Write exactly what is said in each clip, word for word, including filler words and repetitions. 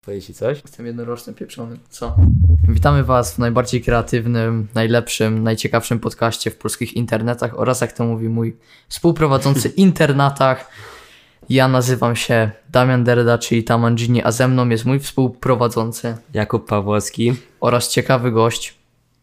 Powie ci coś? Jestem jednoroczny pieprzony. Co? Witamy Was w najbardziej kreatywnym, najlepszym, najciekawszym podcaście w polskich internetach oraz, jak to mówi mój współprowadzący internatach. Ja nazywam się Damian Derda, czyli Tamangini, a ze mną jest mój współprowadzący Jakub Pawłowski oraz ciekawy gość.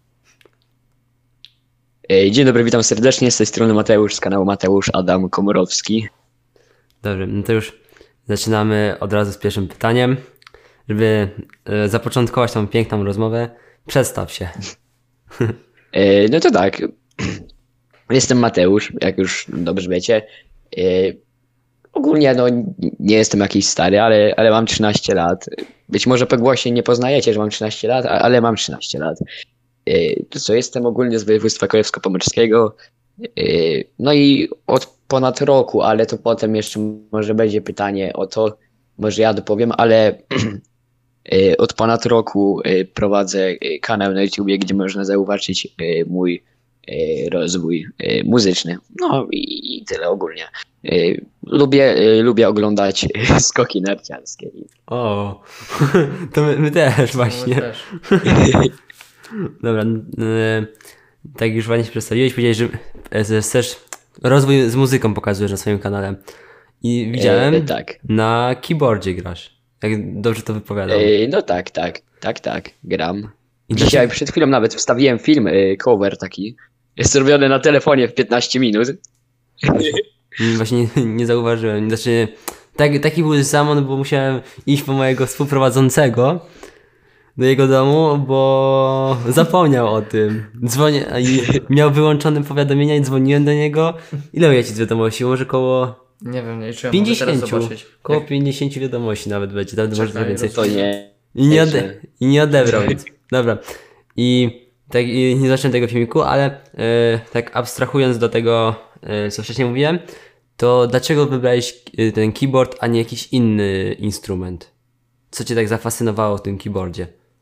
Dzień dobry, witam serdecznie, z tej strony Mateusz z kanału Mateusz Adam Komorowski. Dobrze, no to już zaczynamy od razu z pierwszym pytaniem. Żeby e, zapoczątkować tą piękną rozmowę, przedstaw się. E, no to tak, jestem Mateusz, jak już dobrze wiecie. E, ogólnie no nie jestem jakiś stary, ale, ale mam trzynaście lat. Być może po głosie nie poznajecie, że mam trzynaście lat, ale mam trzynaście lat. E, to co, jestem ogólnie z województwa kujawsko-pomorskiego. E, no i od ponad roku, ale to potem jeszcze może będzie pytanie o to, może ja dopowiem, ale od ponad roku prowadzę kanał na YouTubie, gdzie można zauważyć mój rozwój muzyczny. No i tyle ogólnie. Lubię, lubię oglądać skoki narciarskie. O, to my, my też właśnie. My też. Dobra, e, tak już ładnie się przedstawiłeś, powiedziałeś, że, że chcesz rozwój z muzyką pokazujesz na swoim kanale. I widziałem, E, tak. na keyboardzie grasz. Jak dobrze to wypowiadam. E, no tak, tak, tak, tak, gram. I Dzisiaj dlaczego- przed chwilą nawet wstawiłem film, e, cover taki. Jest zrobiony na telefonie w piętnaście minut. Mm, Właśnie nie, nie zauważyłem. Znaczy, tak, taki był zamon, bo musiałem iść po mojego współprowadzącego do jego domu, bo zapomniał o tym. Dzwonię i miał wyłączone powiadomienia i dzwoniłem do niego. Ile ja ci z wiadomości? Może koło Nie wiem, nie liczyłem, mogę teraz pięćdziesiąt. zobaczyć. Koło Jak- pięćdziesiąt wiadomości nawet będzie. Nawet może Czekaj, więcej. To nie. I nie, ode- Nieźle. I nie odebrał nic. Dobra. I tak i nie zacząłem tego filmiku, ale e, tak abstrahując do tego, e, co wcześniej mówiłem, to dlaczego wybrałeś e, ten keyboard, a nie jakiś inny instrument? Co cię tak zafascynowało w tym keyboardzie?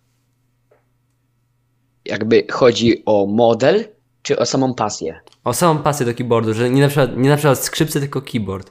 Jakby chodzi o model, czy o samą pasję? O samą pasję do keyboardu, że nie na przykład, nie na przykład skrzypce, tylko keyboard.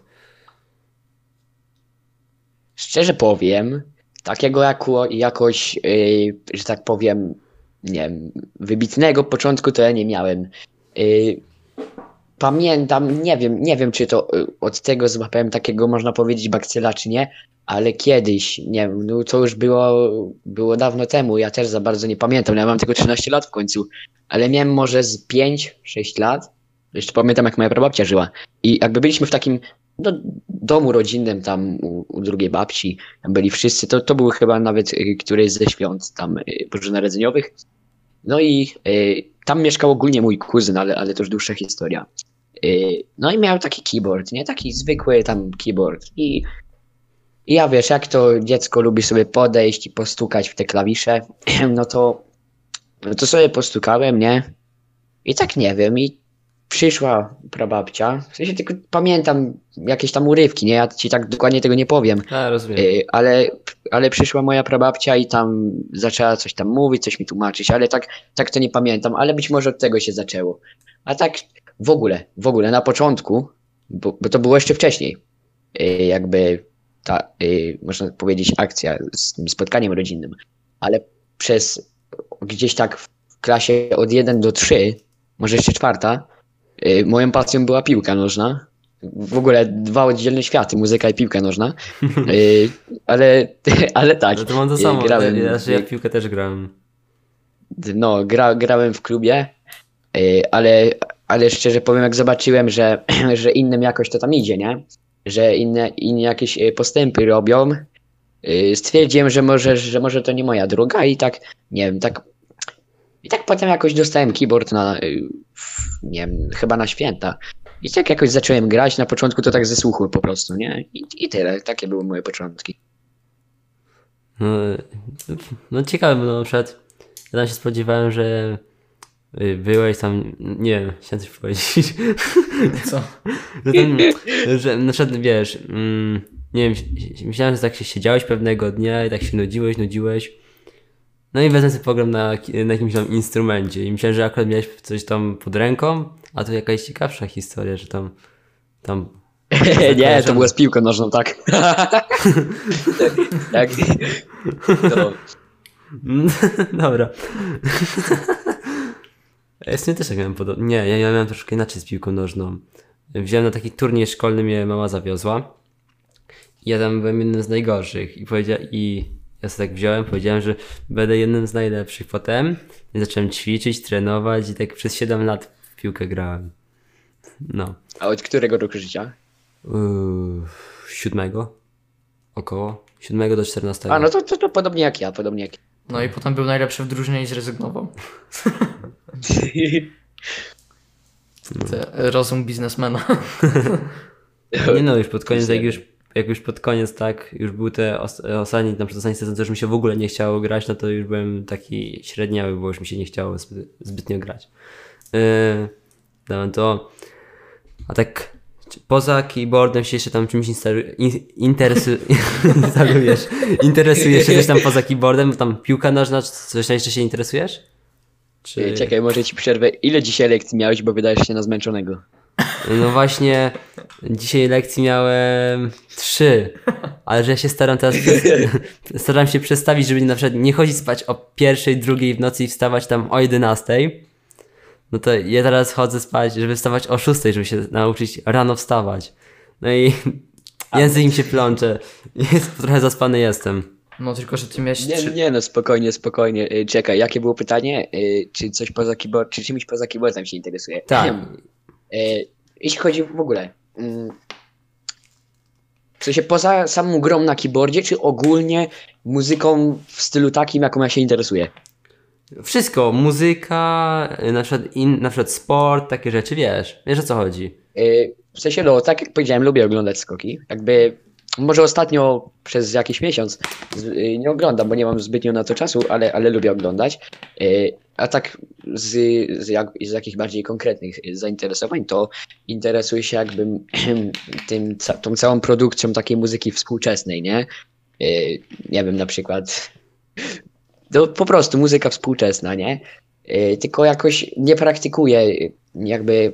Szczerze powiem, takiego jako, jakoś, yy, że tak powiem, nie wiem, wybitnego początku to ja nie miałem. Yy, pamiętam, nie wiem, nie wiem czy to yy, od tego złapałem takiego, można powiedzieć, bakcyla czy nie, ale kiedyś, nie wiem, no to już było, było dawno temu, ja też za bardzo nie pamiętam, ja mam tylko trzynaście lat w końcu, ale miałem może z pięć sześć lat, jeszcze pamiętam jak moja prababcia żyła i jakby byliśmy w takim no, domu rodzinnym tam u, u drugiej babci, tam byli wszyscy, to, to był chyba nawet y, któryś ze świąt tam y, bożonarodzeniowych. No i y, tam mieszkał ogólnie mój kuzyn, ale, ale to już dłuższa historia. Y, no i miał taki keyboard, nie? Taki zwykły tam keyboard. I, I ja wiesz, jak to dziecko lubi sobie podejść i postukać w te klawisze, no to, no to sobie postukałem, nie? I tak nie wiem, i przyszła prababcia, w sensie tylko pamiętam jakieś tam urywki, nie? Ja ci tak dokładnie tego nie powiem, A, rozumiem. yy, ale, ale przyszła moja prababcia i tam zaczęła coś tam mówić, coś mi tłumaczyć, ale tak, tak to nie pamiętam, ale być może od tego się zaczęło. A tak w ogóle, w ogóle na początku, bo, bo to było jeszcze wcześniej, yy, jakby ta, yy, można powiedzieć, akcja z tym spotkaniem rodzinnym, ale przez gdzieś tak w klasie od jeden do trzy, może jeszcze czwarta, Yy, moją pasją była piłka nożna. W ogóle dwa oddzielne światy, muzyka i piłka nożna. Yy, ale, ale tak. No to mam to yy, samo, grałem, ja, ja, ja w piłkę też grałem. no, gra, grałem w klubie, yy, ale, ale szczerze powiem, jak zobaczyłem, że, że innym jakoś to tam idzie, nie? Że inne, inni jakieś yy, postępy robią, yy, stwierdziłem, że może, że może to nie moja droga i tak, nie wiem, tak. I tak potem jakoś dostałem keyboard na, yy, w- nie wiem, chyba na święta. I tak jakoś zacząłem grać, na początku to tak ze słuchu po prostu, nie? I, i tyle, takie były moje początki. No, no ciekawe, bo na przykład ja tam się spodziewałem, że y, byłeś tam, nie wiem, chciałem coś powiedzieć. Co? Że, tam, że na przykład wiesz, mm, nie wiem, myślałem, że tak się siedziałeś pewnego dnia i tak się nudziłeś, nudziłeś. No i wezmę sobie program na, na jakimś tam instrumencie i myślałem, że akurat miałeś coś tam pod ręką, a to jakaś ciekawsza historia, że tam, tam Nie, to było z piłką nożną, tak. tak. No. Dobra. Ja w sumie też tak miałem podobnie. Nie, ja, ja miałem troszkę inaczej z piłką nożną. Wziąłem na taki turniej szkolny, mnie mama zawiozła. I ja tam byłem jednym z najgorszych. I powiedział, i ja sobie tak wziąłem, powiedziałem, że będę jednym z najlepszych. Potem zacząłem ćwiczyć, trenować i tak przez siedem lat w piłkę grałem. No. A od którego roku życia? Yy, siódmego? Około. Siódmego do czternastego. A, no to, to, to podobnie jak ja, podobnie jak ja. No i potem był najlepszy w drużynie i zrezygnował. Te, rozum biznesmena. Nie no, już pod koniec, jak już, jak już pod koniec tak, już był te os- ostatni, na przykład ostatni sezon, to już mi się w ogóle nie chciało grać, no to już byłem taki średniały, bo już mi się nie chciało zbyt, zbytnio grać. Yy, no to, a tak poza keyboardem się jeszcze tam czymś instalu- in, interesu- instalujesz, interesujesz się coś tam poza keyboardem, tam piłka nożna, czy coś tam jeszcze się interesujesz? Czy... Czekaj, może ci przerwę. Ile dzisiaj lekcji miałeś, bo wydajesz się na zmęczonego? No właśnie, dzisiaj lekcji miałem trzy, ale że ja się staram teraz, staram się przestawić, żeby na przykład nie chodzić spać o pierwszej, drugiej w nocy i wstawać tam o jedenastej. No to ja teraz chodzę spać, żeby wstawać o szóstej, żeby się nauczyć rano wstawać. No i język mi się plącze, jest, trochę zaspany jestem. No tylko, że ty miałeś Nie, trzy... nie no, spokojnie, spokojnie. Y, Czekaj, jakie było pytanie? Y, Czy coś poza keyboard, czy czymś poza keyboardem się interesuje? Tak. Y, Jeśli chodzi w ogóle, mm, w sensie poza samą grą na keyboardzie, czy ogólnie muzyką w stylu takim, jaką ja się interesuję? Wszystko, muzyka, na przykład, in, na przykład sport, takie rzeczy, wiesz, wiesz o co chodzi. Y, W sensie, no, tak jak powiedziałem, lubię oglądać skoki. Jakby, może ostatnio przez jakiś miesiąc z- y, nie oglądam, bo nie mam zbytnio na to czasu, ale, ale lubię oglądać. Y, A tak z, z, jak, z jakichś bardziej konkretnych y, zainteresowań, to interesuję się jakby tym, ca- tą całą produkcją takiej muzyki współczesnej, nie? Y, Nie wiem, na przykład, no po prostu muzyka współczesna, nie? Y, Tylko jakoś nie praktykuję y, jakby,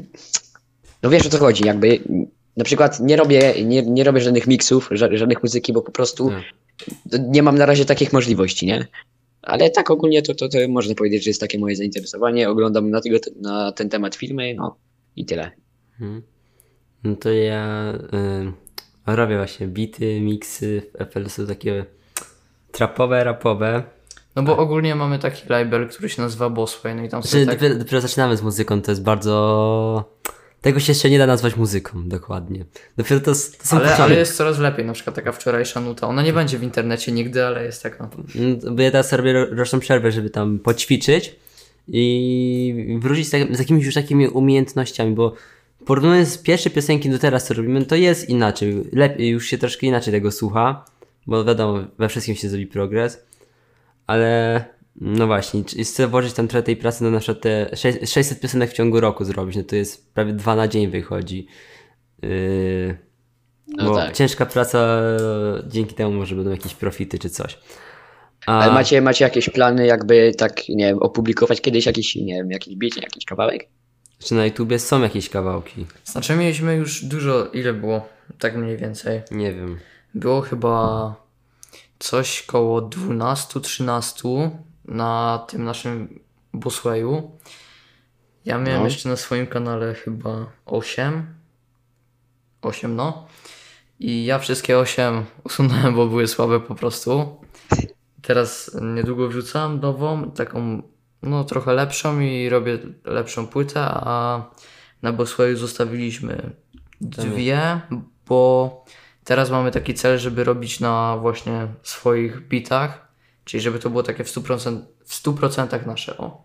no wiesz o co chodzi, jakby na przykład nie robię, nie, nie robię żadnych miksów, ża- żadnych muzyki, bo po prostu Tak. nie mam na razie takich możliwości, nie? Ale tak ogólnie to, to, to można powiedzieć, że jest takie moje zainteresowanie. Oglądam na, tego, na ten temat filmy, no i tyle. Mhm. No to ja y, robię właśnie bity, miksy w F L S-u takie trapowe, rapowe. No bo ogólnie mamy taki label, który się nazywa Bossway, no i tam Znaczy, sobie tak... dopiero, dopiero zaczynamy z muzyką, to jest bardzo... Tego się jeszcze nie da nazwać muzyką, dokładnie. Dopiero to, s- to są Ale, ale początki. jest coraz lepiej, na przykład taka wczorajsza nuta. Ona nie będzie w internecie nigdy, ale jest taka. No, bo ja teraz robię ro- roczną przerwę, żeby tam poćwiczyć i wrócić z, tak, z jakimiś już takimi umiejętnościami, bo porównując pierwsze piosenki do teraz, co robimy, to jest inaczej. Lepiej, już się troszkę inaczej tego słucha, bo wiadomo, we wszystkim się zrobi progres, ale no właśnie, czy- chcę włożyć tam trochę tej pracy, no na przykład te sze- sześćset piosenek w ciągu roku zrobić, no to jest prawie dwa na dzień wychodzi. Yy, No bo tak. ciężka praca, dzięki temu może będą jakieś profity czy coś. A, Ale macie, macie jakieś plany, jakby tak, nie wiem, opublikować kiedyś jakiś, nie wiem, jakiś beat, jakiś kawałek? czy na YouTubie są jakieś kawałki? Znaczy mieliśmy już dużo, ile było? Tak mniej więcej. Nie wiem. Było chyba coś koło dwanaście trzynaście na tym naszym Bosswayu. Ja miałem No. jeszcze na swoim kanale chyba osiem. osiem no. I ja wszystkie osiem usunąłem, bo były słabe po prostu. Teraz niedługo wrzucam nową, taką no trochę lepszą i robię lepszą płytę, a na Bosswayu zostawiliśmy dwie, bo teraz mamy taki cel, żeby robić na właśnie swoich bitach, czyli żeby to było takie w stu procentach, w stu procentach nasze. O.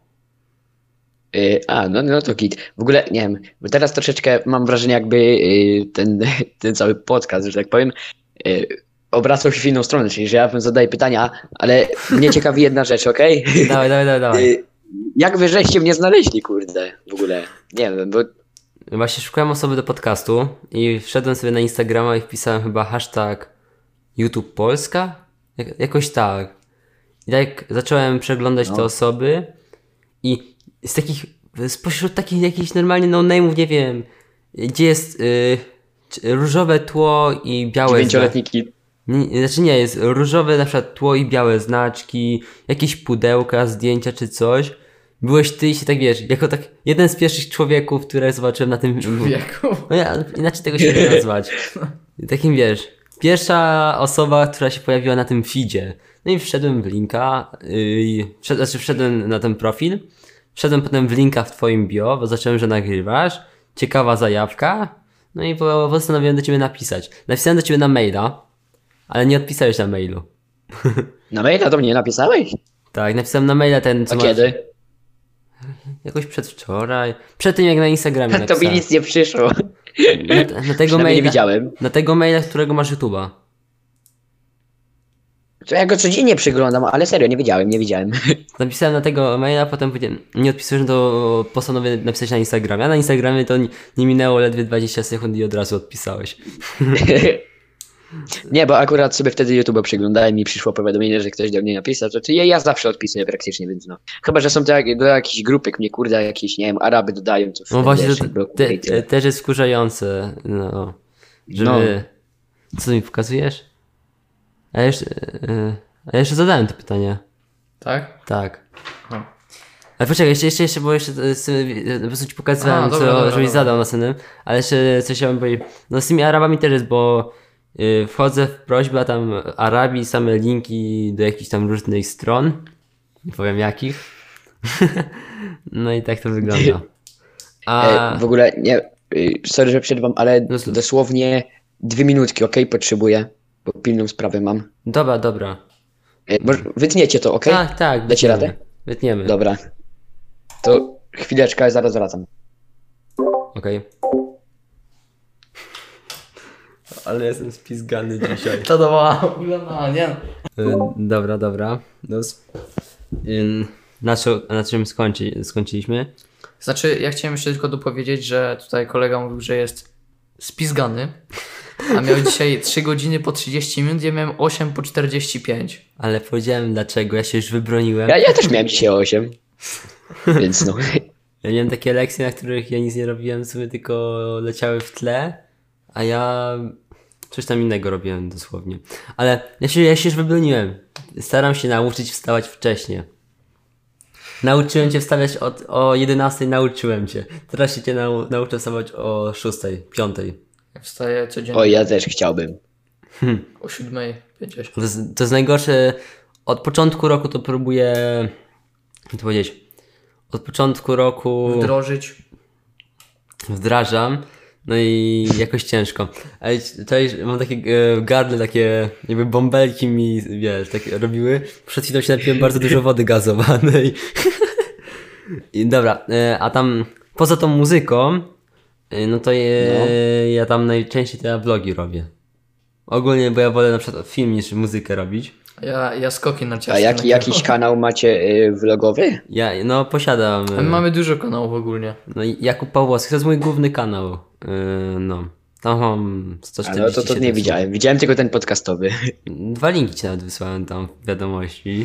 Yy, a, no, no to git. W ogóle, nie wiem, bo teraz troszeczkę mam wrażenie, jakby yy, ten, ten cały podcast, że tak powiem, yy, obracał się w inną stronę, czyli że ja wam zadaję pytania, ale mnie ciekawi jedna rzecz, okej? Dawaj, dawaj, dawaj, dawaj. Yy, Jak wy żeście mnie znaleźli, kurde, w ogóle? Nie wiem, bo Właśnie szukałem osoby do podcastu i wszedłem sobie na Instagrama i wpisałem chyba hashtag YouTube Polska? Jak, jakoś tak. I tak zacząłem przeglądać No. te osoby i z takich, spośród takich jakichś normalnie no-name'ów, nie wiem, gdzie jest, y, c- różowe tło i białe znaczki. Dziewięcioletni kid. Nie, znaczy nie, jest różowe na przykład tło i białe znaczki, jakieś pudełka, zdjęcia czy coś. Byłeś ty i się tak wiesz, jako tak jeden z pierwszych człowieków, które zobaczyłem na tym... Człowieku. No ja, inaczej tego się nie nazwać. Takim wiesz, pierwsza osoba, która się pojawiła na tym feedzie. No i wszedłem w linka, yy, wszed, znaczy wszedłem na ten profil, wszedłem potem w linka w twoim bio, bo zacząłem, że nagrywasz, ciekawa zajawka, no i po- postanowiłem do ciebie napisać. Napisałem do ciebie na maila, ale nie odpisałeś na mailu. Na maila do mnie napisałeś? Tak, napisałem na maila ten, co A masz- kiedy? Jakoś przedwczoraj, przed tym jak na Instagramie To mi napisałem. nic nie przyszło. Na, na tego Przynajmniej maila, nie widziałem. na tego maila, z którego masz YouTube'a. To ja go codziennie przyglądam, ale serio, nie wiedziałem, nie widziałem. Napisałem na tego maila, potem powiedziałem, nie odpisujesz, to postanowię napisać na Instagramie. A na Instagramie to nie, nie minęło ledwie dwadzieścia sekund i od razu odpisałeś. Nie, bo akurat sobie wtedy YouTube przeglądałem i przyszło powiadomienie, że ktoś do mnie napisał, to czy ja, ja zawsze odpisuję praktycznie, więc no. Chyba, że są to jak, do jakichś grupek mnie, kurde, jakieś, nie wiem, Araby dodają, to No wtedy właśnie, wiesz, to blokuję te, i tyle. te, też jest wkurzające, no. Żeby... Co mi pokazujesz? A jeszcze, yy, a ja jeszcze zadałem to pytanie. Tak? Tak. Aha. Ale poczekaj, jeszcze, jeszcze, jeszcze, bo jeszcze e, z tym, e, po prostu ci pokazywałem, A, co, dobra, dobra, żebyś dobra. zadał następnym, ale jeszcze coś chciałem powiedzieć. No z tymi Arabami też jest, bo y, wchodzę w prośbę, a tam Arabii, same linki do jakichś tam różnych stron, nie powiem jakich. No i tak to wygląda. A E, w ogóle, nie, y, sorry, że przerwam, ale No, słuchaj. dosłownie dwie minutki, okej, potrzebuję, bo pilną sprawę mam. dobra, dobra. E, może wytniecie to, okej? Tak, tak, Dacie wytniemy. radę? Wytniemy. Dobra. To chwileczkę, zaraz wracam. Okej. Ale jestem spizgany dzisiaj. To była ulana, nie? Y, dobra, dobra. No, s- y, na, co, na czym skończy, skończyliśmy? Znaczy, ja chciałem jeszcze tylko dopowiedzieć, że tutaj kolega mówił, że jest spizgany, a miał dzisiaj trzy godziny po trzydzieści minut, ja miałem osiem po czterdzieści pięć. Ale powiedziałem dlaczego, ja się już wybroniłem. Ja, ja też miałem dzisiaj osiem. Więc no. Ja miałem takie lekcje, na których ja nic nie robiłem, sobie tylko leciały w tle, a ja coś tam innego robiłem dosłownie. Ale ja się, ja się już wybroniłem. Staram się nauczyć wstawać wcześnie. Nauczyłem cię wstawiać od, o jedenastej, nauczyłem cię. Teraz się cię nau, nauczę wstawać o szóstej, piątej. Ja wstaję codziennie O, ja też chciałbym. o siódmej pięćdziesiąt. To jest, to jest najgorsze. Od początku roku to próbuję, jak to powiedzieć, od początku roku Wdrożyć. wdrażam, no i jakoś ciężko. Ale tutaj mam takie e, gardle, takie jakby bąbelki mi, wiesz, tak robiły. Przed chwilą się napiłem bardzo dużo wody gazowanej. I dobra, e, a tam poza tą muzyką, e, no to je, No. ja tam najczęściej te vlogi robię. Ogólnie, bo ja wolę na przykład film niż muzykę robić. Ja, ja skoki A narciarskie. jaki, nagrywam. jakiś kanał macie y, vlogowy? Ja, no posiadam. A my mamy dużo kanałów ogólnie. No i Jakub Pawłowski, to jest mój główny kanał. Yy, no. Tam mam sto A no czterdzieści to, to nie siedem widziałem. Widziałem tylko ten podcastowy. słów. Dwa linki ci nawet wysłałem tam w wiadomości.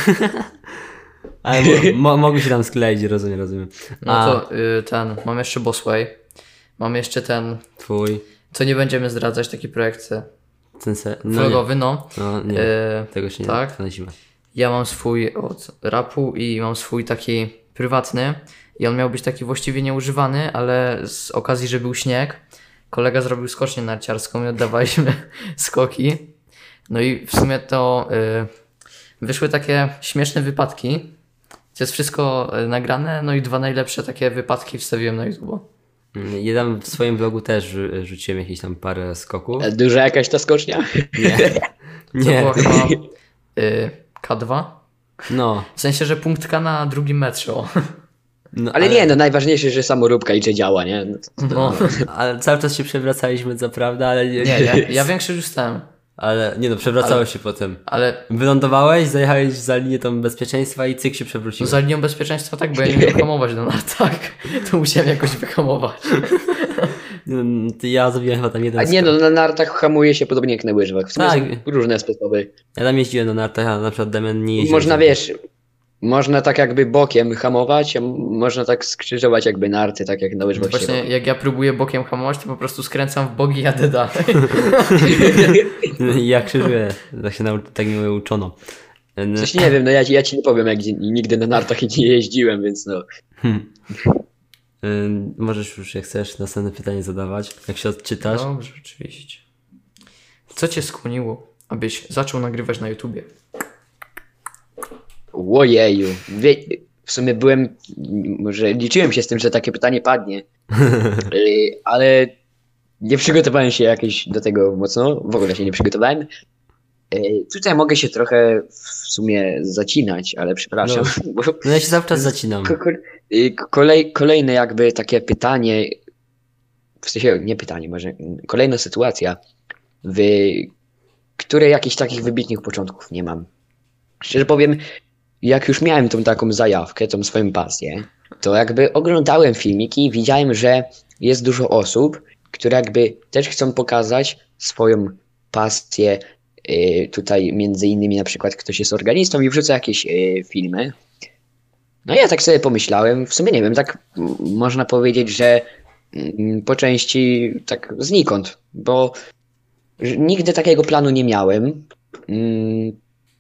Ale mo, mo, mogły się tam skleić, rozumiem, rozumiem. No A to y, ten, mam jeszcze Bossway. Mam jeszcze ten, twój, co nie będziemy zdradzać, taki projekt ten se... No nie, vlogowy, no. no nie, Y, tego się nie tak. nanosimy. Ja mam swój od rapu i mam swój taki prywatny i on miał być taki właściwie nieużywany, ale z okazji, że był śnieg, kolega zrobił skocznię narciarską i oddawaliśmy skoki. No i w sumie to y, wyszły takie śmieszne wypadki. To jest wszystko y, nagrane, no i dwa najlepsze takie wypadki wstawiłem na YouTube. Mm, Ja tam w swoim vlogu też rzu- rzuciłem jakieś tam parę skoków. A Duża jakaś ta skocznia? Nie. To Nie. było chyba y, K dwa. No. W sensie, że punkt K na drugim metrze. O. no Ale nie, no najważniejsze, że samoróbka i że działa, nie? No, to- No. Ale cały czas się przewracaliśmy, co prawda, ale nie. Nie, ja, ja większość już stałem. Ale nie no, przewracałeś Ale- się potem. Ale Wylądowałeś, zajechałeś za linię tą bezpieczeństwa i cyk się przewróciłeś. za linią bezpieczeństwa tak, bo ja nie miałem hamować do nartach. To musiałem jakoś wyhamować. No, to ja zrobiłem chyba tam jeden A nie, skok. no na nartach hamuje się podobnie jak na łyżwach. W sumie Tak. są różne sposoby. Ja tam jeździłem na nartach, a na przykład Damian nie jeździł. Można, wiesz, można tak jakby bokiem hamować, a m- można tak skrzyżować jakby narty, tak jak na łyżwach się Właśnie robi. jak ja próbuję bokiem hamować, to po prostu skręcam w bok i jadę dalej. Ja krzyżuję, tak się nau- tak mnie uczono. N- Coś nie wiem, no ja, ci- ja ci nie powiem, jak dzi- nigdy na nartach nie jeździłem, więc no. Hmm. Y, Możesz już, jak chcesz, następne pytanie zadawać, jak się odczytasz. Dobrze, oczywiście. Co cię skłoniło, abyś zaczął nagrywać na YouTubie? Ojeju. Wie, w sumie byłem, może liczyłem się z tym, że takie pytanie padnie, Y, ale nie przygotowałem się jakieś do tego mocno, w ogóle się nie przygotowałem. Y, Tutaj mogę się trochę w sumie zacinać, ale przepraszam. Bo No ja się cały czas zacinam. ko- ko- y, kolej, kolejne jakby takie pytanie, w sensie nie pytanie, może kolejna sytuacja, w której jakichś takich wybitnych początków nie mam. Szczerze powiem, jak już miałem tą taką zajawkę, tą swoją pasję, to jakby oglądałem filmiki i widziałem, że jest dużo osób, które jakby też chcą pokazać swoją pasję. Yy, tutaj między innymi na przykład ktoś jest organistą i wrzuca jakieś yy, filmy. No ja tak sobie pomyślałem, w sumie nie wiem, tak m, można powiedzieć, że mm, po części tak znikąd, bo że nigdy takiego planu nie miałem. Mm,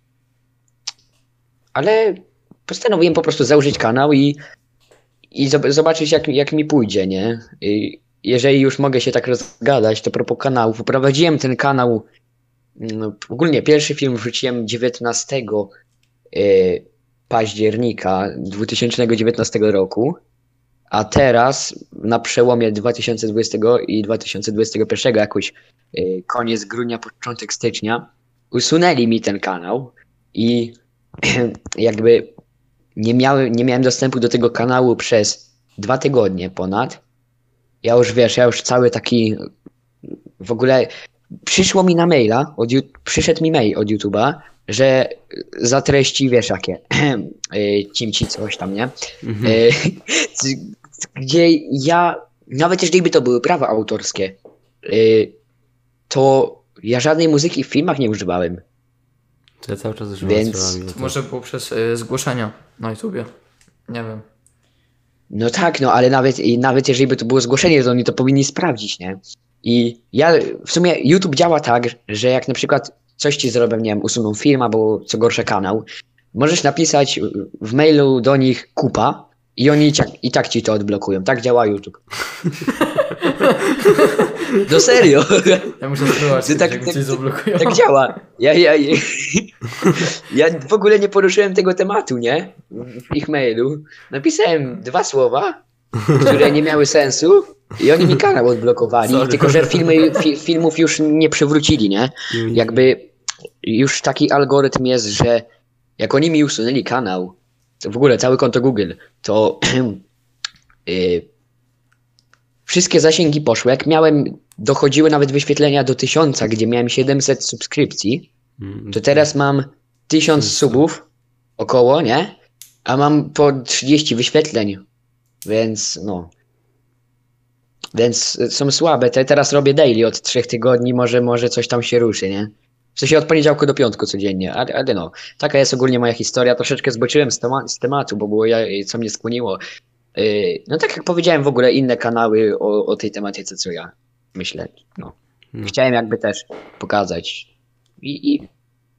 ale postanowiłem po prostu założyć kanał i, i zob- zobaczyć, jak, jak mi pójdzie, nie? I jeżeli już mogę się tak rozgadać, to propos kanału, poprowadziłem ten kanał, no, ogólnie pierwszy film wrzuciłem dziewiętnastego y, października dwa tysiące dziewiętnastego roku, a teraz na przełomie dwa tysiące dwudziestego i dwa tysiące dwudziestego pierwszego, jakoś y, koniec grudnia, początek stycznia, usunęli mi ten kanał i jakby nie miałem, nie miałem dostępu do tego kanału przez dwa tygodnie ponad. Ja już wiesz, ja już cały taki w ogóle przyszło mi na maila, od, Ju- przyszedł mi mail od YouTube'a, że za treści wiesz jakie, y, cimci coś tam, nie? Mhm. Y, c- Gdzie ja, nawet jeżeli by to były prawa autorskie, y, to ja żadnej muzyki w filmach nie używałem. To ja cały czas używam Więc- słowami, bo To to- może było przez y, zgłoszenia na YouTubie. Nie wiem. No tak, no ale nawet, i nawet jeżeli by to było zgłoszenie, to oni to powinni sprawdzić, nie? I ja, w sumie YouTube działa tak, że jak na przykład coś ci zrobią, nie wiem, usuną film albo co gorsze kanał, możesz napisać w mailu do nich kupa i oni i tak, i tak ci to odblokują. Tak działa YouTube. No serio, Ja muszę spróbować, Ty tak, tak- jak tak- coś zablokują. tak działa. Ja, ja, ja, ja w ogóle nie poruszyłem tego tematu, nie? W ich mailu. Napisałem dwa słowa, które nie miały sensu i oni mi kanał odblokowali, Sorry. tylko że filmy, fi, filmów już nie przywrócili, nie? Jakby już taki algorytm jest, że jak oni mi usunęli kanał, to w ogóle całe konto Google, to y, wszystkie zasięgi poszły. Jak miałem, dochodziły nawet wyświetlenia do tysiąca, gdzie miałem siedemset subskrypcji, Mm, to teraz mam tysiąc subów około, nie? A mam po trzydzieści wyświetleń, więc no. Więc y, są słabe. Te teraz robię daily od trzech tygodni, może, może coś tam się ruszy, nie? W sensie od poniedziałku do piątku codziennie, ale, ale no. Taka jest ogólnie moja historia. Troszeczkę zboczyłem z, tema- z tematu, bo było ja, co mnie skłoniło. Yy, no tak jak powiedziałem, w ogóle inne kanały o, o tej tematyce, co ja myślę. No. No. Chciałem jakby też pokazać. I, i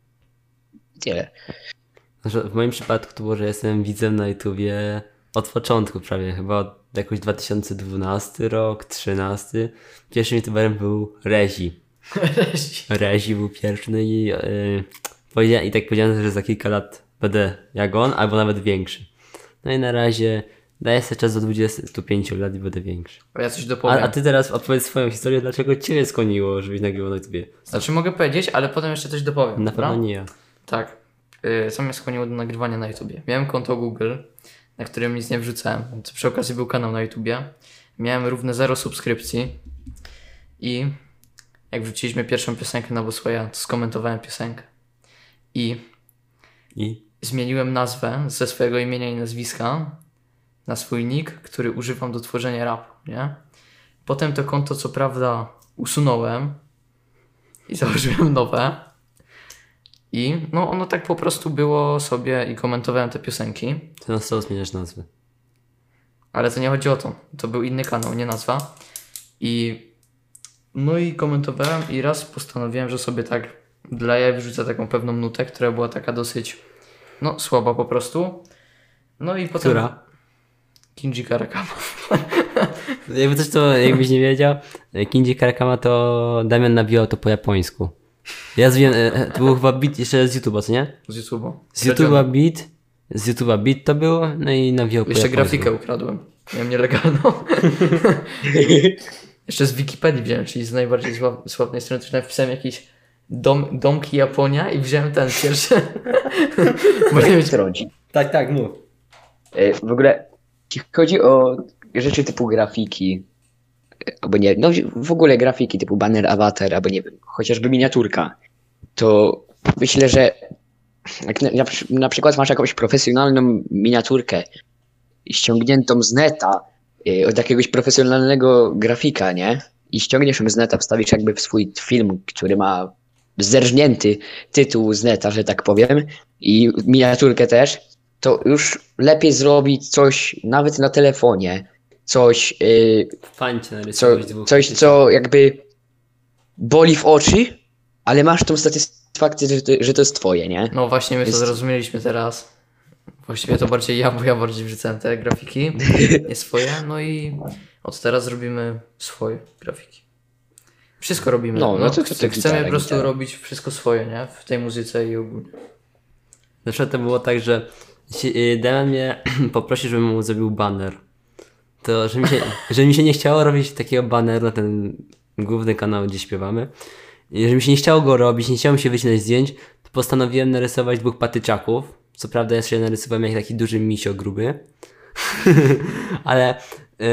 tyle. Znaczy, w moim przypadku to było, że jestem widzem na YouTubie od początku prawie, chyba od jakoś dwa tysiące dwunasty rok, trzynasty. Pierwszym YouTuberem był Rezi. Rezi był pierwszy, no i, yy, powiedzia- i tak powiedziałem, że za kilka lat będę jak on, albo nawet większy. No i na razie daję sobie czas do dwudziestu pięciu lat i będę większy. Ja coś A, dopowiem. a ty teraz odpowiedz swoją historię, dlaczego ciebie skłoniło, żebyś nagrywał na YouTubie. Znaczy mogę powiedzieć, ale potem jeszcze coś dopowiem. Na dobra? pewno nie ja. Tak. Y, Co mnie skłoniło do nagrywania na YouTubie? Miałem konto Google, na którym nic nie wrzucałem. Co przy okazji był kanał na YouTubie. Miałem równe zero subskrypcji. I jak wrzuciliśmy pierwszą piosenkę na Boswaya, to skomentowałem piosenkę. I I? zmieniłem nazwę ze swojego imienia i nazwiska na swój nick, który używam do tworzenia rapu, nie? Potem to konto co prawda usunąłem i założyłem nowe. I no ono tak po prostu było sobie i komentowałem te piosenki. Ty na stole zmieniasz nazwy. Ale to nie chodzi o to. To był inny kanał, nie nazwa. I no i komentowałem i raz postanowiłem, że sobie tak dla jaj wrzucę taką pewną nutę, która była taka dosyć no słaba po prostu. No i potem... Która? Kinji Karakama. Jakby coś to, jakbyś nie wiedział, Kinji Karakama to Damian nawijał to po japońsku. Ja zwię... To był chyba beat jeszcze z YouTube'a, co nie? Z YouTube'a. Z YouTube'a beat, z YouTube'a beat to było, no i nawijał po Jeszcze japońsku. grafikę ukradłem. Miałem nielegalną. Jeszcze z Wikipedii wziąłem, czyli z najbardziej sław, sławnej strony, też napisałem jakiś dom, domki Japonia i wziąłem ten pierwszy. Mogę mieć... Trąci. Tak, tak, mów. E, W ogóle, jeśli chodzi o rzeczy typu grafiki, e, albo nie, no w ogóle grafiki typu banner, awatar, albo nie wiem, chociażby miniaturka, to myślę, że jak na, na, przy- na przykład masz jakąś profesjonalną miniaturkę ściągniętą z neta, e, od jakiegoś profesjonalnego grafika, nie? I ściągniesz ją z neta, wstawisz jakby w swój film, który ma zerżnięty tytuł z neta, że tak powiem, i miniaturkę też, to już lepiej zrobić coś nawet na telefonie, coś, yy, W pańcie co, narysować dwóch coś typów. co jakby boli w oczy, ale masz tą satysfakcję, że to, że to jest twoje, nie? No właśnie my to Jest- zrozumieliśmy teraz. Właściwie to bardziej ja, bo ja bardziej wrzucałem te grafiki, nie swoje. No i od teraz robimy swoje grafiki. Wszystko robimy. No, no to- to- to chcemy gitara, po prostu gitara. robić wszystko swoje, nie? W tej muzyce i ogólnie. Na przykład to było tak, że jeśli, y, Damian mnie poprosił, żebym mu zrobił banner. To, że mi, się, że mi się nie chciało robić takiego banneru na ten główny kanał, gdzie śpiewamy. I że mi się nie chciało go robić, nie chciało mi się wycinać zdjęć, to postanowiłem narysować dwóch patyczaków. Co prawda ja się narysowałem jak taki duży misio gruby. Ale yy,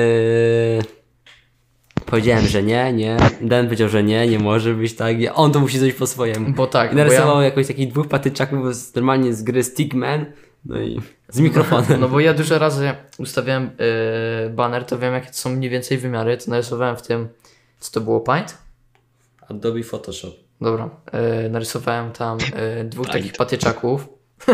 powiedziałem, że nie, nie. Dan powiedział, że nie, nie może być tak. I on to musi zrobić po swojemu. Bo tak, I bo narysował ja, jakoś takich dwóch patyczaków z, normalnie z gry Stickman. No i z mikrofonem. no bo ja dużo razy ustawiałem yy, banner, to wiem jakie to są mniej więcej wymiary, to narysowałem w tym, co to było, Paint? Adobe Photoshop. Dobra, yy, narysowałem tam yy, dwóch Paint. takich patyczaków.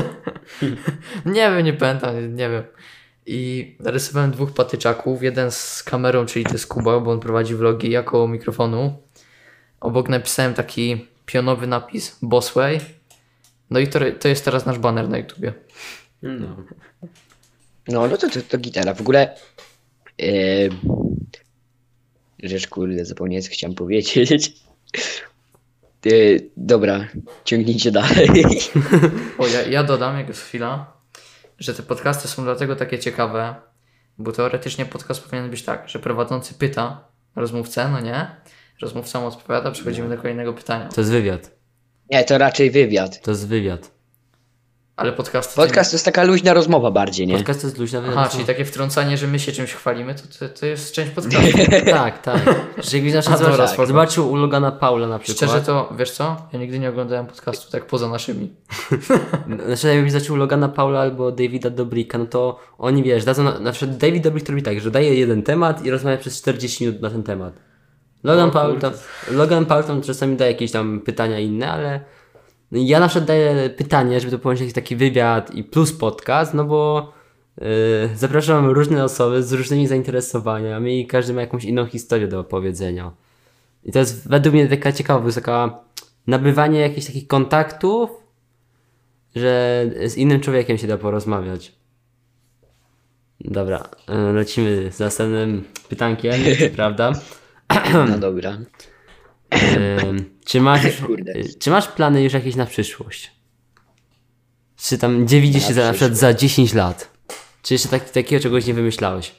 Nie wiem, nie pamiętam, nie wiem. I narysowałem dwóch patyczaków, jeden z kamerą, czyli to jest Kuba, bo on prowadzi vlogi jako mikrofonu. Obok napisałem taki pionowy napis Bossway. No i to, to jest teraz nasz banner na YouTubie. No. No, no to, to, to gitara. W ogóle yy, rzecz kurde, zapomniałem co chciałem powiedzieć. Yy, dobra, ciągnijcie dalej. O, ja, ja dodam, jak jest chwila, że te podcasty są dlatego takie ciekawe, bo teoretycznie podcast powinien być tak, że prowadzący pyta rozmówcę, no nie? Rozmówca mu odpowiada, przechodzimy do kolejnego pytania. To jest wywiad. Nie, to raczej wywiad. To jest wywiad. Ale podcasty... Podcast to jest taka luźna rozmowa bardziej, nie? Podcast to jest luźna wywiad. Aha, czyli takie wtrącanie, że my się czymś chwalimy, to, to, to jest część podcastu. Tak, tak. Że jakbyś zawsze A, dobra, zobaczył, spoko. zobaczył u Logana Paula na przykład. Szczerze to, wiesz co? Ja nigdy nie oglądałem podcastu tak poza naszymi. Znaczy jakbyś zaczął Logana Paula albo Davida Dobrika, no to oni wiesz, dadzą na, na przykład David Dobrik to robi tak, że daje jeden temat i rozmawia przez czterdzieści minut na ten temat. Logan O Paul tam, Logan Paul tam czasami daje jakieś tam pytania inne, ale ja na przykład daję pytanie, żeby to połączyć jakiś taki wywiad i plus podcast, no bo yy, zapraszam różne osoby z różnymi zainteresowaniami i każdy ma jakąś inną historię do opowiedzenia. I to jest według mnie taka ciekawa, taka nabywanie jakichś takich kontaktów, że z innym człowiekiem się da porozmawiać. Dobra, yy, lecimy z następnym pytankiem, prawda? No dobra. Yy, czy, masz, Kurde. yy, czy masz plany już jakieś na przyszłość? Czy tam, gdzie widzisz Na się za, na przykład za dziesięć lat? Czy jeszcze tak, takiego czegoś nie wymyślałeś?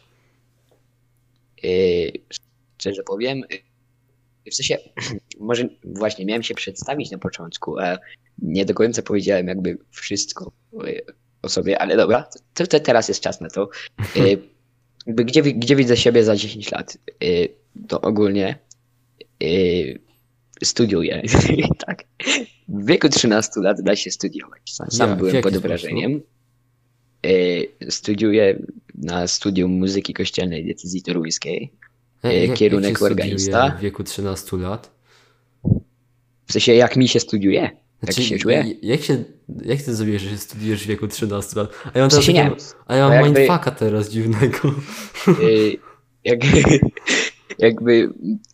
Yy, szczerze powiem, yy, w sensie, może właśnie miałem się przedstawić na początku, a nie do końca powiedziałem jakby wszystko yy, o sobie, ale dobra, to, to teraz jest czas na to. Yy, jakby gdzie, wi- gdzie widzę siebie za dziesięć lat? Yy, to ogólnie yy, studiuję, tak. W wieku trzynastu lat da się studiować. Sam, sam Jak? W byłem jaki pod sposób? wrażeniem. Yy, studiuję na studium muzyki kościelnej decyzji toruńskiej. Jak- jak kierunek się studiuje organista. w wieku trzynastu lat? W sensie, jak mi się studiuje? Tak się czuję. Jak się, jak ty zrobiłeś, że się studiujesz w wieku trzynastu lat? A ja mam W sensie teraz nie. takiego, a ja Bo mam jakby- mindfucka teraz dziwnego. Y, jak, jakby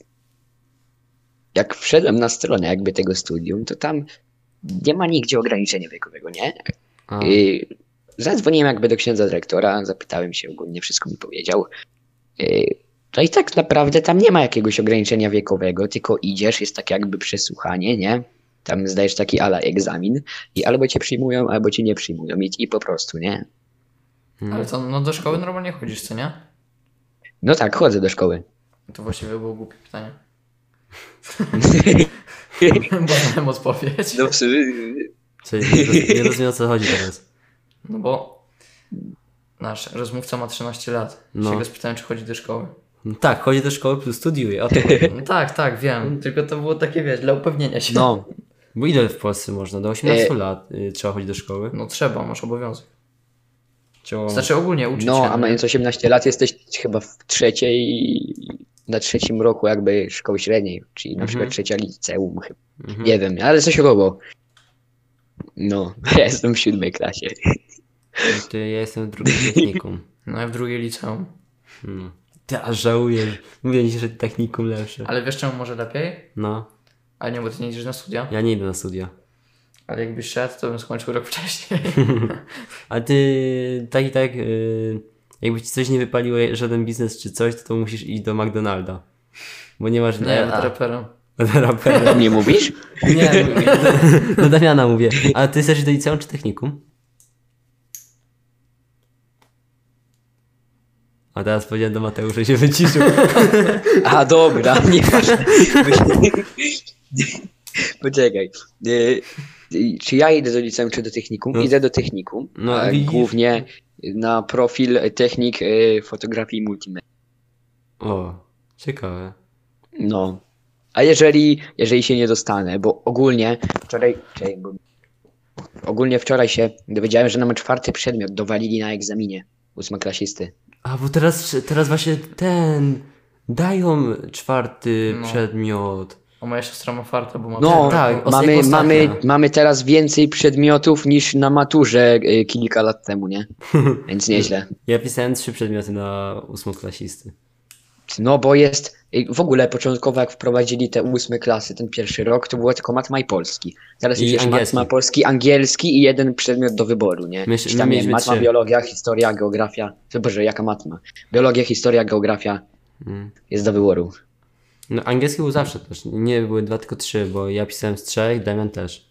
jak wszedłem na stronę jakby tego studium, to tam nie ma nigdzie ograniczenia wiekowego, nie? A, Y, Zadzwoniłem jakby do księdza dyrektora, zapytałem się ogólnie, wszystko mi powiedział. Y, No i tak naprawdę tam nie ma jakiegoś ograniczenia wiekowego, tylko idziesz, jest tak jakby przesłuchanie, nie? Tam zdajesz taki ala egzamin i albo cię przyjmują, albo cię nie przyjmują i, i po prostu, nie? Ale to no do szkoły normalnie chodzisz, co nie? No tak, chodzę do szkoły. To właściwie było głupie pytanie. Bo znałem odpowiedź. No w sumie... czyli nie, roz, nie rozumiem, o co chodzi teraz. No bo nasz rozmówca ma trzynaście lat. No. Się go spytałem, czy chodzi do szkoły. No tak, chodzi do szkoły plus studiuje, o to chodzi. No tak, tak, wiem. Tylko to było takie, wiesz, dla upewnienia się. No, Bo ile w Polsce można? Do osiemnastu E- lat y, trzeba chodzić do szkoły? No trzeba, masz obowiązek. Trzeba... Znaczy ogólnie uczyć no, się. a mając osiemnaście lat jesteś chyba w trzeciej, na trzecim roku jakby szkoły średniej, czyli na Mhm. przykład trzecia liceum chyba. Mhm. Nie wiem, ale coś około. No, ja jestem w siódmej klasie. No to ja jestem w drugim technikum. No ja w drugiej liceum. No. Ty aż żałujesz. Mówię ci, że technikum lepsze. Ale wiesz czemu może lepiej? No, Ale nie, bo ty nie idziesz na studia. ja nie idę na studia. Ale jakbyś szedł, to bym skończył rok wcześniej. A ty tak i tak, y, jakby ci coś nie wypaliło, żaden biznes czy coś, to, to musisz iść do McDonalda. Bo nie masz... Nie, a, do rapera. do rapera. Nie mówisz? Nie, do, do Damiana mówię. A ty chcesz iść do liceum czy technikum? A teraz powiedziałem do Mateusza, że się wyciszył. A dobra, nie masz. Poczekaj. Y, y, Czy ja idę do liceum, czy do technikum? No. Idę do technikum, No, a widzisz. głównie na profil technik y, fotografii i multimedia. O, ciekawe. No. A jeżeli, jeżeli się nie dostanę, bo ogólnie wczoraj, czekaj, bo ogólnie wczoraj się dowiedziałem, że nam czwarty przedmiot dowalili na egzaminie ósmoklasisty. A bo teraz, teraz właśnie ten... Dają czwarty No. przedmiot. A moja siostra ma farta, bo ma No, tak, os- mamy, jak ostatnia. mamy, mamy teraz więcej przedmiotów niż na maturze y, kilka lat temu, nie? Więc nieźle. Ja pisałem trzy przedmioty na ósmoklasisty. No bo jest, y, w ogóle początkowo jak wprowadzili te ósme klasy, ten pierwszy rok, to było tylko matma i polski. Teraz I już jest angielski. matma, polski, angielski i jeden przedmiot do wyboru, nie? Myś- Czy my tam nie, mieliśmy matma, trzy. biologia, historia, geografia. Boże, jaka matma? Biologia, historia, geografia Mm. jest do wyboru. No angielski był zawsze też. Nie były dwa, tylko trzy, bo ja pisałem z trzech, Damian też.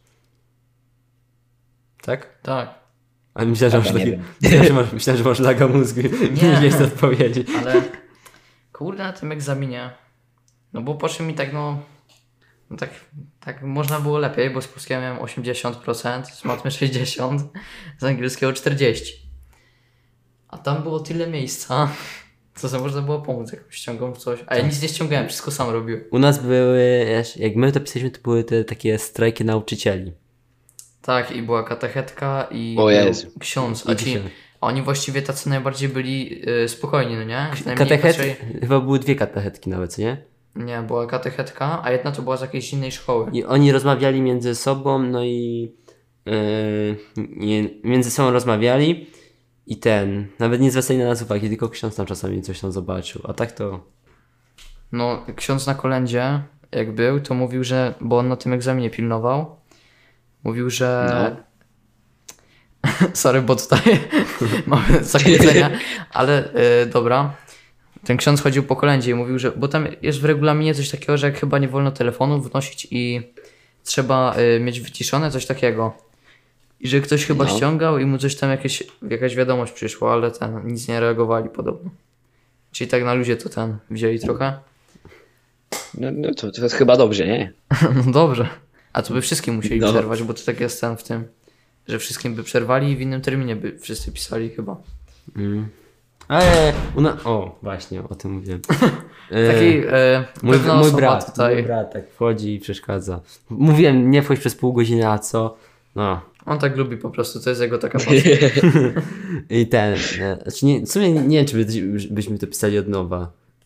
Tak? Tak, Ale myślałem, że masz Ja nie taki... wiem. Myślałem, że masz, myślałem, że masz laga mózgu. Nie, nie chcę odpowiedzieć. ale kurde na tym egzaminie. No bo po czym mi tak no. No tak, tak można było lepiej, bo z polskiego miałem osiemdziesiąt procent, z matmy sześćdziesiąt procent, z angielskiego czterdzieści procent. A tam było tyle miejsca, co sobie można było pomóc, jak ściągam coś. A ja nic nie ściągałem, wszystko sam robiłem. U nas były, wiesz, jak my to pisaliśmy, to były te takie strajki nauczycieli. Tak, i była katechetka i O był Jezu. ksiądz. A I ci, ksiądz. oni właściwie tacy najbardziej byli y, spokojni, no nie? Najmniej Katechet... raczej- Chyba były dwie katechetki nawet, co nie? Nie, była katechetka, a jedna to była z jakiejś innej szkoły. I oni rozmawiali między sobą, no i yy, nie, między sobą rozmawiali i ten, nawet nie zwracali na nas uwagi, tylko ksiądz tam czasami coś tam zobaczył, a tak to... No, ksiądz na kolędzie, jak był, to mówił, że, bo on na tym egzaminie pilnował, mówił, że... No. Sorry, bo tutaj mamy zakłócenia, ale y, dobra. Ten ksiądz chodził po kolędzie i mówił, że, bo tam jest w regulaminie coś takiego, że jak chyba nie wolno telefonu wnosić i trzeba y, mieć wyciszone, coś takiego. I że ktoś chyba No. ściągał i mu coś tam jakieś, jakaś wiadomość przyszła, ale ten, nic nie reagowali podobno. Czyli tak na luzie to ten, wzięli trochę. No, no to, to jest chyba dobrze, nie? No dobrze. A to by wszystkim musieli No. przerwać, bo to tak jest ten w tym, że wszystkim by przerwali i w innym terminie by wszyscy pisali chyba. Mm. Ale u na... O, właśnie, o tym mówiłem. E, Taki e, mój, pewna mój osoba brat, tutaj. mój brat tak wchodzi i przeszkadza. Mówiłem, nie wchodź przez pół godziny, a co? No. On tak lubi po prostu, to jest jego taka pasja. I ten, e, znaczy nie, w sumie nie, nie wiem, czy by, byśmy to pisali od nowa.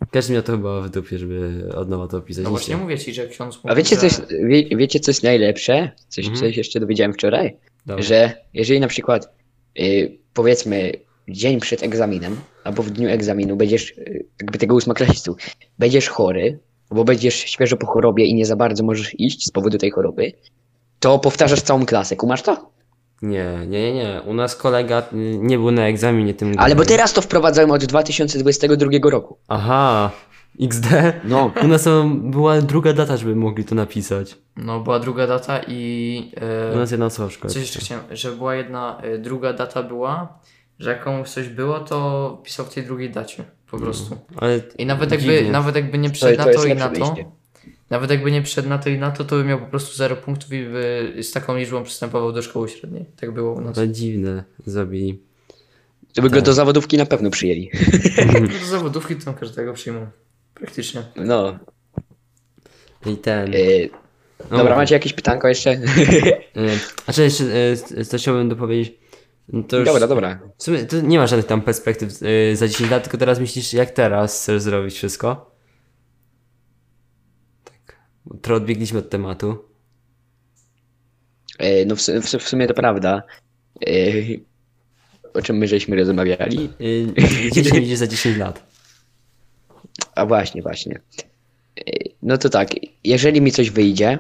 Każdy miał to chyba w dupie, żeby od nowa to opisać. No Nic właśnie nie. mówię ci, że ksiądz A mówi, wiecie że... coś, wie, wiecie coś najlepsze? Coś, Mhm. coś jeszcze dowiedziałem wczoraj? Dobra. Że jeżeli na przykład y, powiedzmy dzień przed egzaminem, albo w dniu egzaminu będziesz, y, jakby tego ósmoklasistów, będziesz chory, bo będziesz świeżo po chorobie i nie za bardzo możesz iść z powodu tej choroby, to powtarzasz całą klasę. Kumasz to? Nie, nie, nie, nie. U nas kolega y, nie był na egzaminie tym Ale bo głównym. teraz to wprowadzałem od dwa tysiące dwudziestego drugiego roku. Aha, iks de? No. U nas to była druga data, żeby mogli to napisać. No była druga data i... U E, nas jedna osoba w szkole. coś jeszcze chciałem, że była jedna, e, druga data była, że jak komuś coś było, to pisał w tej drugiej dacie, po prostu. Ale I nawet jakby, dziwnie. nawet jakby nie To, przyszedł to na jest to i lepsze na to, wyjście. nawet jakby nie przyszedł na to i na to, to by miał po prostu zero punktów i by z taką liczbą przystępował do szkoły średniej. Tak było u nas. Ale dziwne zrobili. To by go do zawodówki na pewno przyjęli. Do zawodówki tam każdego przyjmą. Praktycznie. No. I ten. Y, No, dobra, macie jakieś pytanko jeszcze? Y, A czy jeszcze y, co chciałbym dopowiedzieć? No to już, Dobra, dobra. W sumie to nie ma żadnych tam perspektyw y, za dziesięć lat, tylko teraz myślisz, jak teraz chcesz zrobić wszystko? Tak. Trochę odbiegliśmy od tematu. E, No w, su- w, su- w sumie to prawda. E, O czym my żeśmy rozmawiali? Y, Gdzie się widzisz za dziesięć lat? A właśnie, właśnie. E, No to tak, jeżeli mi coś wyjdzie,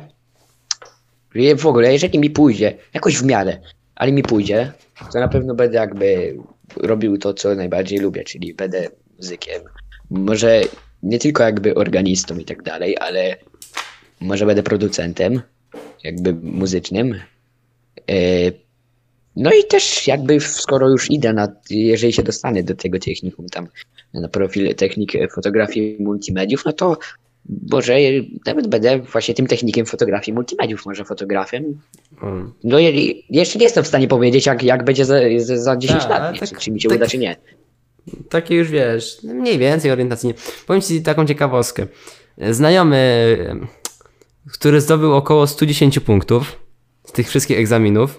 je- w ogóle, jeżeli mi pójdzie, jakoś w miarę, ale mi pójdzie, to na pewno będę jakby robił to, co najbardziej lubię, czyli będę muzykiem. Może nie tylko jakby organistą i tak dalej, ale może będę producentem, jakby muzycznym. E, No i też jakby skoro już idę na, jeżeli się dostanę do tego technikum tam na profil technik fotografii multimediów, no to może nawet będę właśnie tym technikiem fotografii multimediów, może fotografem. O. No je- jeszcze nie jestem w stanie powiedzieć jak, jak będzie za, za, za dziesięć Tak, lat, ale nie? tak- czy, czy mi się tak- uda, czy nie. Takie już wiesz, mniej więcej orientacyjnie. Powiem ci taką ciekawostkę. Znajomy, em, który zdobył około sto dziesięć punktów z tych wszystkich egzaminów,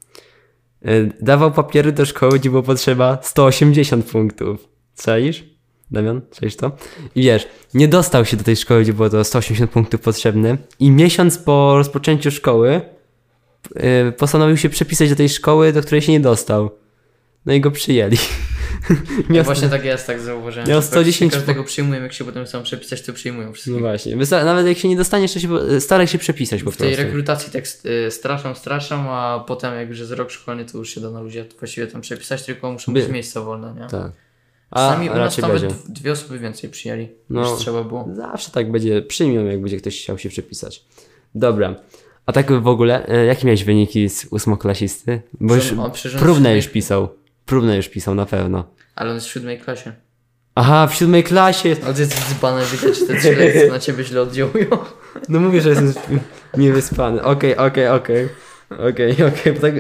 y, dawał papiery do szkoły, gdzie było potrzeba sto osiemdziesiąt punktów. Czaisz? Damian, czaisz to? I wiesz, nie dostał się do tej szkoły, gdzie było to sto osiemdziesiąt punktów potrzebne i miesiąc po rozpoczęciu szkoły y, postanowił się przepisać do tej szkoły, do której się nie dostał. No i go przyjęli. Ja właśnie tak jest, tak zauważyłem. Miał że sto dziesięć praktycznie każdego przyjmują, jak się potem chcą przepisać, to przyjmują No wszystkich. właśnie. Wysta- nawet jak się nie dostaniesz, to się po- staraj się przepisać po W tej prostu. rekrutacji tak y, straszą, straszą, a potem jak już jest rok szkolny, to już się da na ludzie właściwie tam przepisać, tylko muszą By- być miejsca wolne, nie? Tak. A Czasami u nas raczej nawet będzie. d- dwie osoby więcej przyjęli, No. niż trzeba było. Zawsze tak będzie. Przyjmią, jak będzie ktoś chciał się przepisać. Dobra. A tak w ogóle, e, jakie miałeś wyniki z ósmoklasisty? Bo już Że- o, przecież on próbne siódmej- już pisał. Próbne już pisał, na pewno. Ale on jest w siódmej klasie. Aha, w siódmej klasie. No ty jesteś dzbany, widać te trzy lekcje na ciebie źle oddziałują. No mówię, że jestem niewyspany. Okej, okej, okej. Okej, okej, bo tak...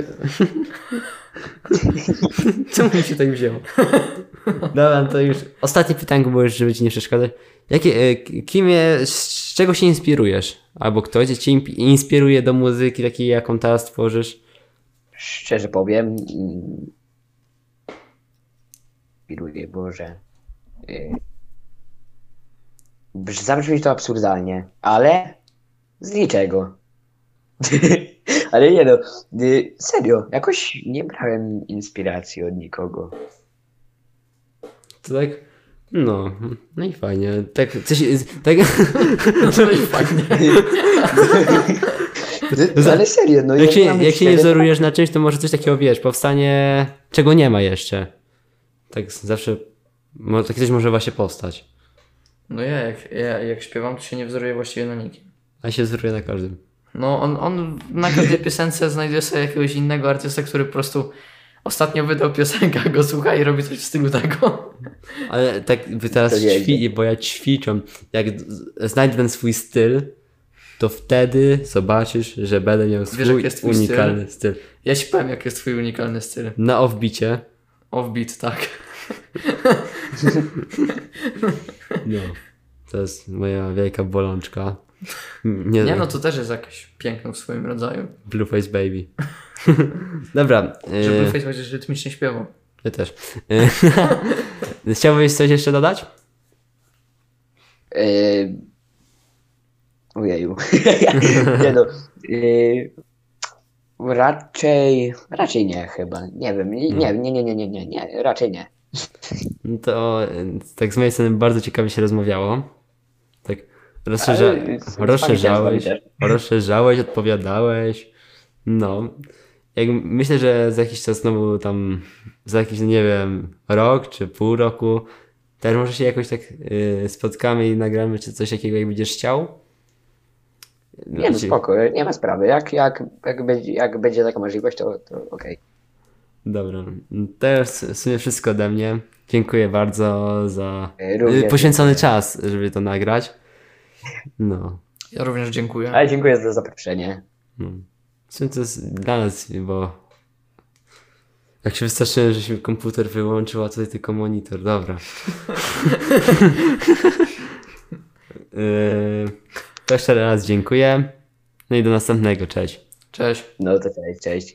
Czemu mi się tak wzięło? Dobra, to już ostatnie pytanko, bo już żeby ci nie przeszkadzać. Jakie, e, k- kim je, z czego się inspirujesz? Albo ktoś cię imp- inspiruje do muzyki takiej, jaką teraz tworzysz? Szczerze powiem, mm, inspiruję, Boże. Y, brz- Zabrzmi to absurdalnie, ale z niczego. Ale nie no, y, serio, jakoś nie brałem inspiracji od nikogo. To tak... No, no i fajnie. Tak, coś, tak... No i fajnie. Ale serio, no jak się, mam jak się nie cztery- wzorujesz na czymś, to może coś takiego, wiesz, powstanie, czego nie ma jeszcze. Tak zawsze, mo- takie coś może właśnie powstać. No ja jak, ja jak śpiewam, to się nie wzoruję właściwie na nikim. A się wzoruje na każdym. No on, on na każdej piosence znajduje sobie jakiegoś innego artysta, który po prostu ostatnio wydał piosenkę, a go słucha i robi coś w stylu tego. Ale tak wy teraz To nie ćwi, bo ja ćwiczę. Jak z- znajdę ten swój styl, to wtedy zobaczysz, że będę miał swój jaki jest twój unikalny styl. Ja ci powiem, jaki jest twój unikalny styl. Na offbicie. Offbeat, tak. No. To jest moja wielka bolączka. Nie, Nie no, to też jest jakieś piękno w swoim rodzaju. Blueface Baby. Dobra. Że e, Blueface chociaż rytmicznie śpiewał. Ja też. E, Chciałbyś coś jeszcze dodać? Yy... Ojeju. Nie no. Yy... Raczej, raczej nie chyba. Nie wiem, nie, nie, nie, nie, nie, nie, nie, nie, raczej nie. No to e, tak z mojej strony bardzo ciekawie się rozmawiało. Tak rozszerza... Ale z- z rozszerzałeś, pamięcią rozszerzałeś, odpowiadałeś. No. Jak myślę, że za jakiś czas znowu tam, za jakiś, nie wiem, rok czy pół roku, też może się jakoś tak y, spotkamy i nagramy, czy coś takiego, jak będziesz chciał. Nie no, spoko, nie ma sprawy. Jak, jak, jak, będzie, jak będzie taka możliwość, to, to okej. Dobra, to jest w sumie wszystko ode mnie. Dziękuję bardzo za Również y, poświęcony czas, żeby to nagrać. No. Ja również dziękuję. Ale dziękuję za zaproszenie. no. W sumie to jest dla nas, bo jak się wystraszyłem, że się komputer wyłączył, a tutaj tylko monitor. Dobra. yy, to jeszcze raz dziękuję. No i do następnego. Cześć. Cześć. No to cześć, cześć.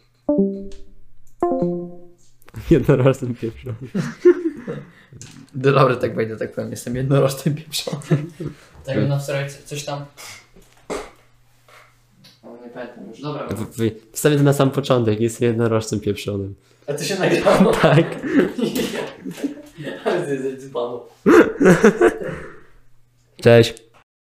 Jednorożcem pieprzony. Dobra, tak wejdę, tak powiem. Jestem jednorożcem pieprzony. Tak na wczoraj coś tam... O, nie pamiętam już. Dobra. W- w- Wstawię to na sam początek. Jest jednorożcem pieprzonym. A ty się nagrało? Tak. Ale ty jesteś dzbanu. Cześć.